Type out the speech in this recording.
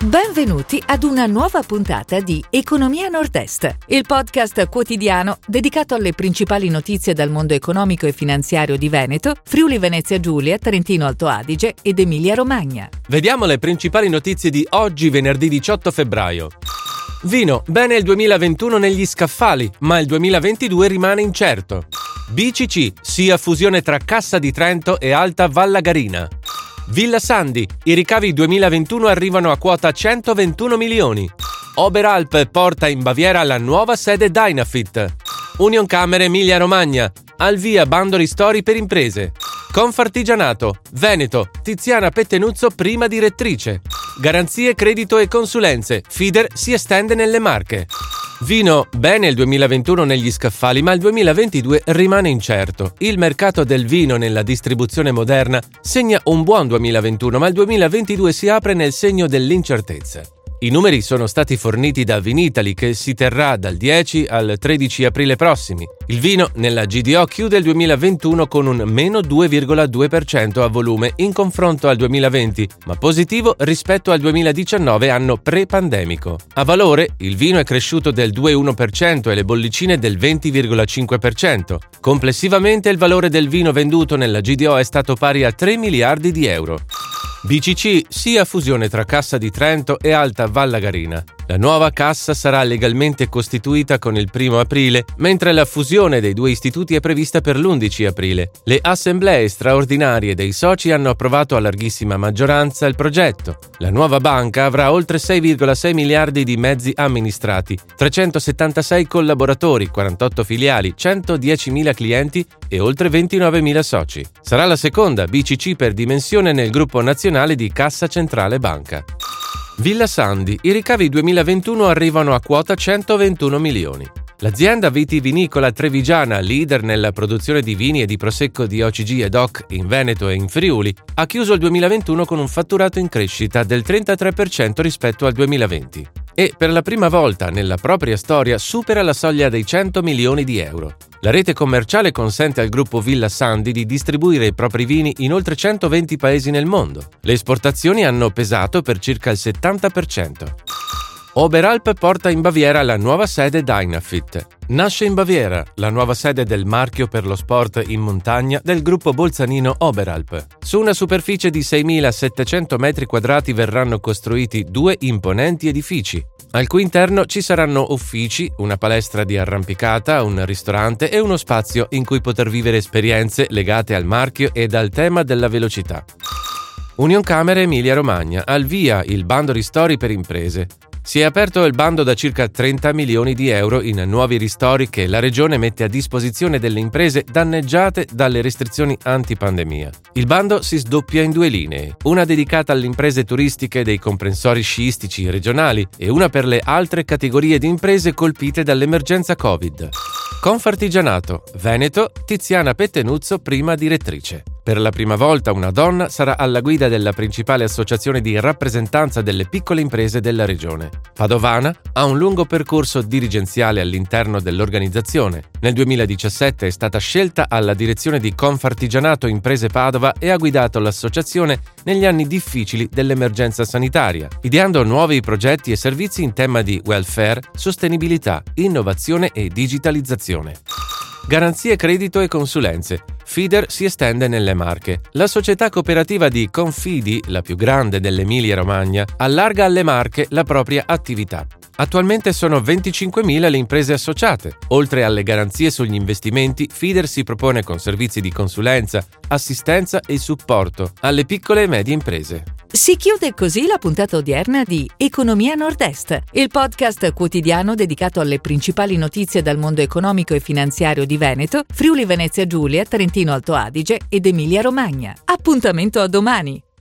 Benvenuti ad una nuova puntata di Economia Nord-Est, il podcast quotidiano dedicato alle principali notizie dal mondo economico e finanziario di Veneto, Friuli Venezia Giulia, Trentino Alto Adige ed Emilia Romagna. Vediamo le principali notizie di oggi, venerdì 18 febbraio. Vino, bene il 2021 negli scaffali, ma il 2022 rimane incerto. BCC, sia fusione tra Cassa di Trento e Alta Vallagarina. Villa Sandi, i ricavi 2021 arrivano a quota 121 milioni. Oberalp porta in Baviera la nuova sede Dynafit. Unioncamere Emilia Romagna, al via bando ristori per imprese. Confartigianato, Veneto, Tiziana Pettenuzzo prima direttrice. Garanzie, credito e consulenze, Fider si estende nelle Marche. Vino, bene il 2021 negli scaffali, ma il 2022 rimane incerto. Il mercato del vino nella distribuzione moderna segna un buon 2021, ma il 2022 si apre nel segno dell'incertezza. I numeri sono stati forniti da Vinitaly, che si terrà dal 10 al 13 aprile prossimi. Il vino nella GDO chiude il 2021 con un meno 2,2% a volume in confronto al 2020, ma positivo rispetto al 2019, anno pre-pandemico. A valore, il vino è cresciuto del 2,1% e le bollicine del 20,5%. Complessivamente il valore del vino venduto nella GDO è stato pari a 3 miliardi di euro. BCC, sia fusione tra Cassa di Trento e Alta Vallagarina. La nuova cassa sarà legalmente costituita con il 1 aprile, mentre la fusione dei due istituti è prevista per l'11 aprile. Le assemblee straordinarie dei soci hanno approvato a larghissima maggioranza il progetto. La nuova banca avrà oltre 6,6 miliardi di mezzi amministrati, 376 collaboratori, 48 filiali, 110.000 clienti e oltre 29.000 soci. Sarà la seconda BCC per dimensione nel gruppo nazionale di Cassa Centrale Banca. Villa Sandi, i ricavi 2021 arrivano a quota 121 milioni. L'azienda vitivinicola trevigiana, leader nella produzione di vini e di prosecco di OCG e DOC in Veneto e in Friuli, ha chiuso il 2021 con un fatturato in crescita del 33% rispetto al 2020 e per la prima volta nella propria storia supera la soglia dei 100 milioni di euro. La rete commerciale consente al gruppo Villa Sandi di distribuire i propri vini in oltre 120 paesi nel mondo. Le esportazioni hanno pesato per circa il 70%. Oberalp porta in Baviera la nuova sede Dynafit. Nasce in Baviera la nuova sede del marchio per lo sport in montagna del gruppo bolzanino Oberalp. Su una superficie di 6.700 metri quadrati verranno costruiti 2 imponenti edifici. Al cui interno ci saranno uffici, una palestra di arrampicata, un ristorante e uno spazio in cui poter vivere esperienze legate al marchio ed al tema della velocità. Unioncamere Emilia Romagna, al via il bando ristori per imprese. Si è aperto il bando da circa 30 milioni di euro in nuovi ristori che la Regione mette a disposizione delle imprese danneggiate dalle restrizioni antipandemia. Il bando si sdoppia in 2 linee, una dedicata alle imprese turistiche dei comprensori sciistici regionali e una per le altre categorie di imprese colpite dall'emergenza Covid. Confartigianato, Veneto, Tiziana Pettenuzzo prima direttrice. Per la prima volta una donna sarà alla guida della principale associazione di rappresentanza delle piccole imprese della regione. Padovana ha un lungo percorso dirigenziale all'interno dell'organizzazione. Nel 2017 è stata scelta alla direzione di Confartigianato Imprese Padova e ha guidato l'associazione negli anni difficili dell'emergenza sanitaria, ideando nuovi progetti e servizi in tema di welfare, sostenibilità, innovazione e digitalizzazione. Garanzie, credito e consulenze. Fider si estende nelle Marche. La società cooperativa di Confidi, la più grande dell'Emilia Romagna, allarga alle Marche la propria attività. Attualmente sono 25.000 le imprese associate. Oltre alle garanzie sugli investimenti, Fider si propone con servizi di consulenza, assistenza e supporto alle piccole e medie imprese. Si chiude così la puntata odierna di Economia Nord-Est, il podcast quotidiano dedicato alle principali notizie dal mondo economico e finanziario di Veneto, Friuli Venezia Giulia, Trentino Alto Adige ed Emilia Romagna. Appuntamento a domani!